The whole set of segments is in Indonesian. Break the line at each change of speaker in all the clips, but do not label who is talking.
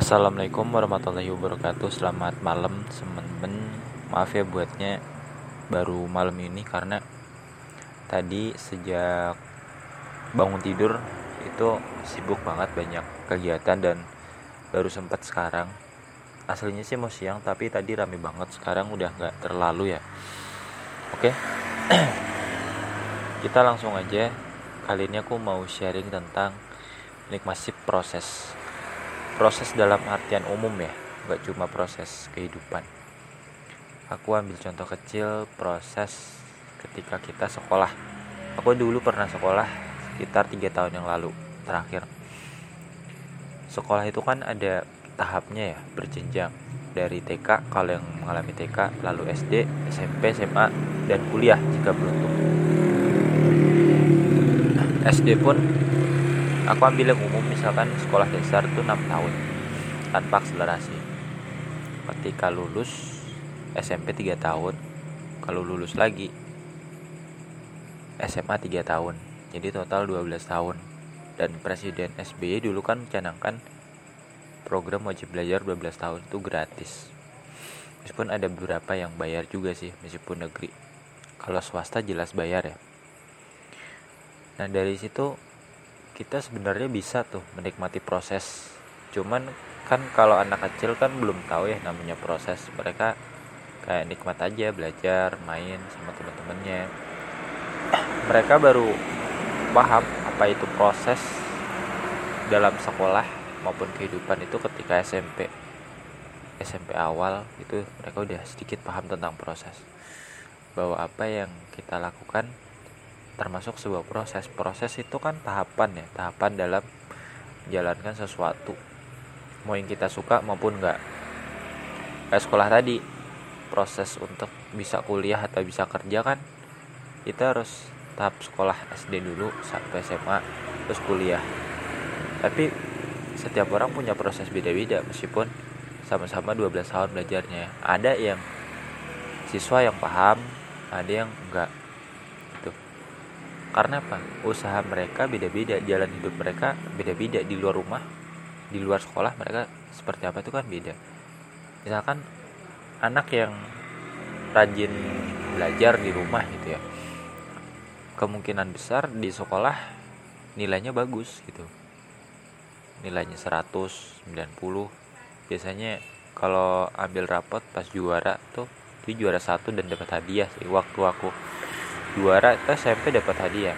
Assalamualaikum warahmatullahi wabarakatuh. Selamat malam teman-teman. Maaf ya buatnya baru malam ini karena tadi sejak bangun tidur itu sibuk banget, banyak kegiatan dan baru sempat sekarang. Aslinya sih mau siang tapi tadi rame banget. Sekarang udah gak terlalu ya. Oke, kita langsung aja. Kali ini aku mau sharing tentang nikmati proses dalam artian umum ya, gak cuma proses kehidupan. Aku ambil contoh kecil proses ketika kita sekolah. Aku dulu pernah sekolah sekitar 3 tahun yang lalu terakhir. Sekolah itu kan ada tahapnya ya, berjenjang. Dari TK kalau yang mengalami TK, lalu SD, SMP, SMA, dan kuliah jika beruntung. SD pun aku ambil yang umum, misalkan sekolah dasar itu 6 tahun tanpa akselerasi. Ketika lulus SMP 3 tahun, kalau lulus lagi SMA 3 tahun, jadi total 12 tahun. Dan Presiden SBY dulu kan mencanangkan program wajib belajar 12 tahun itu gratis. Meskipun ada beberapa yang bayar juga sih, meskipun negeri. Kalau swasta jelas bayar ya. Nah dari situ kita sebenarnya bisa tuh menikmati proses. Cuman kan kalau anak kecil kan belum tahu ya namanya proses. Mereka kayak nikmat aja belajar, main sama teman-temannya. Mereka baru paham apa itu proses dalam sekolah maupun kehidupan itu ketika SMP awal itu mereka udah sedikit paham tentang proses, bahwa apa yang kita lakukan termasuk sebuah proses itu kan tahapan dalam menjalankan sesuatu, mau yang kita suka maupun enggak. Kayak sekolah tadi, proses untuk bisa kuliah atau bisa kerja kan kita harus tahap sekolah SD dulu sampai SMA terus kuliah. Tapi setiap orang punya proses beda-beda meskipun sama-sama 12 tahun belajarnya. Ada yang siswa yang paham, ada yang enggak. Karena apa? Usaha mereka beda-beda, jalan hidup mereka beda-beda. Di luar rumah, di luar sekolah mereka seperti apa itu kan beda. Misalkan anak yang rajin belajar di rumah gitu ya, kemungkinan besar di sekolah nilainya bagus gitu. Nilainya 190. Biasanya kalau ambil rapot pas juara tuh dia juara 1 dan dapat hadiah sih. Waktu aku juara itu SMP dapat hadiah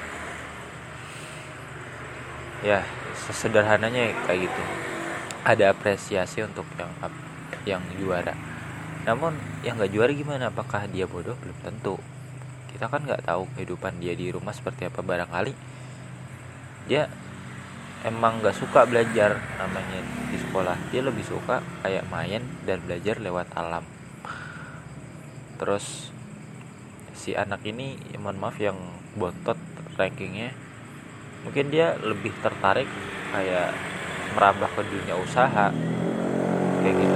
ya, sesederhananya kayak gitu. Ada apresiasi untuk yang juara. Namun yang gak juara gimana? Apakah dia bodoh? Belum tentu. Kita kan gak tahu kehidupan dia di rumah seperti apa. Barangkali dia emang gak suka belajar namanya di sekolah. Dia lebih suka kayak main dan belajar lewat alam. Terus si anak ini, mohon maaf, yang bontot rankingnya, mungkin dia lebih tertarik kayak merambah ke dunia usaha kayak gitu.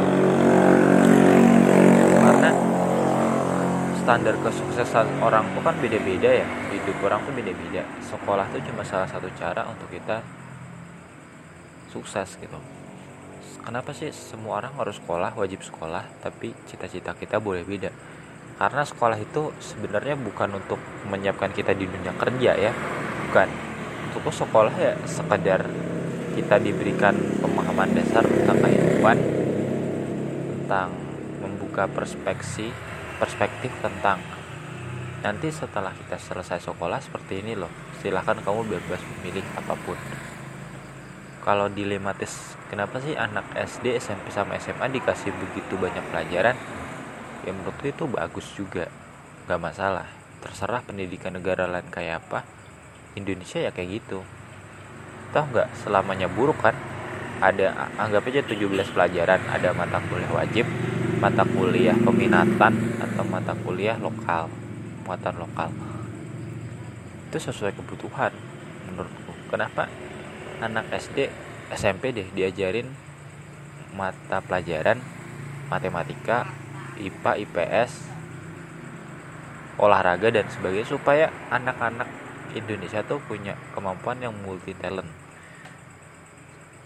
Karena standar kesuksesan orang tuh kan beda-beda ya, hidup orang tuh beda-beda. Sekolah tuh cuma salah satu cara untuk kita sukses gitu. Kenapa sih semua orang harus sekolah, wajib sekolah, tapi cita-cita kita boleh beda? Karena sekolah itu sebenarnya bukan untuk menyiapkan kita di dunia kerja ya, bukan. Untuk sekolah ya sekedar kita diberikan pemahaman dasar tentang kehidupan, tentang membuka perspektif tentang nanti setelah kita selesai sekolah seperti ini loh. Silahkan kamu bebas memilih apapun. Kalau dilematis, kenapa sih anak SD, SMP sama SMA dikasih begitu banyak pelajaran? Ya menurutku itu bagus juga, gak masalah. Terserah pendidikan negara lain kayak apa, Indonesia ya kayak gitu. Toh gak selamanya buruk kan. Ada, anggap aja 17 pelajaran. Ada mata kuliah wajib, mata kuliah peminatan, atau mata kuliah lokal, muatan lokal. Itu sesuai kebutuhan menurutku. Kenapa anak SD, SMP deh diajarin mata pelajaran matematika, IPA, IPS, olahraga dan sebagainya, supaya anak-anak Indonesia tuh punya kemampuan yang multi talent.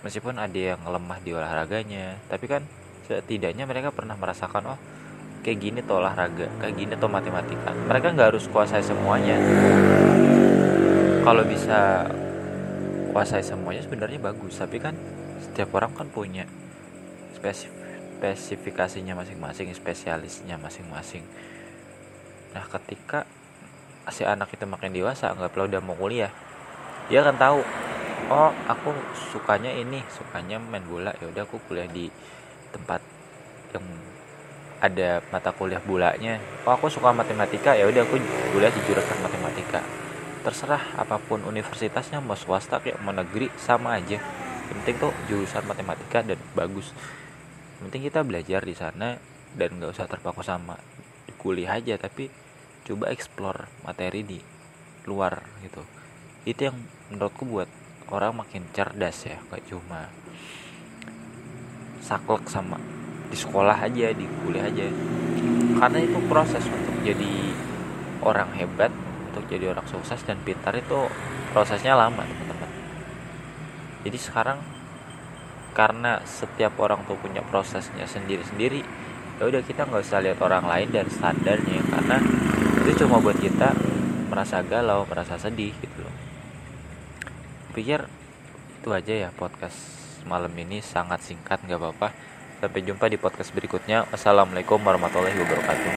meskipun ada yang lemah di olahraganya, tapi kan setidaknya mereka pernah merasakan, oh kayak gini tuh olahraga, kayak gini tuh matematika. Mereka nggak harus kuasai semuanya. Kalau bisa kuasai semuanya sebenarnya bagus, tapi kan setiap orang kan punya spesifikasinya masing-masing, spesialisnya masing-masing. Nah, ketika si anak itu makin dewasa, anggaplah udah mau kuliah, dia akan tahu, oh aku sukanya ini, sukanya main bola, ya udah aku kuliah di tempat yang ada mata kuliah bolanya. Oh aku suka matematika, ya udah aku kuliah di jurusan matematika. Terserah apapun universitasnya, mau swasta kayak mau negeri, sama aja. Yang penting tuh jurusan matematika dan bagus. Yang penting kita belajar di sana dan nggak usah terpaku sama di kuliah aja, tapi coba explore materi di luar gitu. Itu yang menurutku buat orang makin cerdas ya, gak cuma saklek sama di sekolah aja, di kuliah aja. Karena itu proses untuk jadi orang hebat, untuk jadi orang sukses dan pintar itu prosesnya lama, teman-teman. Jadi sekarang karena setiap orang tuh punya prosesnya sendiri-sendiri, ya udah kita nggak usah lihat orang lain dan standarnya, karena itu cuma buat kita merasa galau, merasa sedih gitu loh. Pikir itu aja ya podcast malam ini, sangat singkat, nggak apa-apa. Sampai jumpa di podcast berikutnya. Wassalamualaikum warahmatullahi wabarakatuh.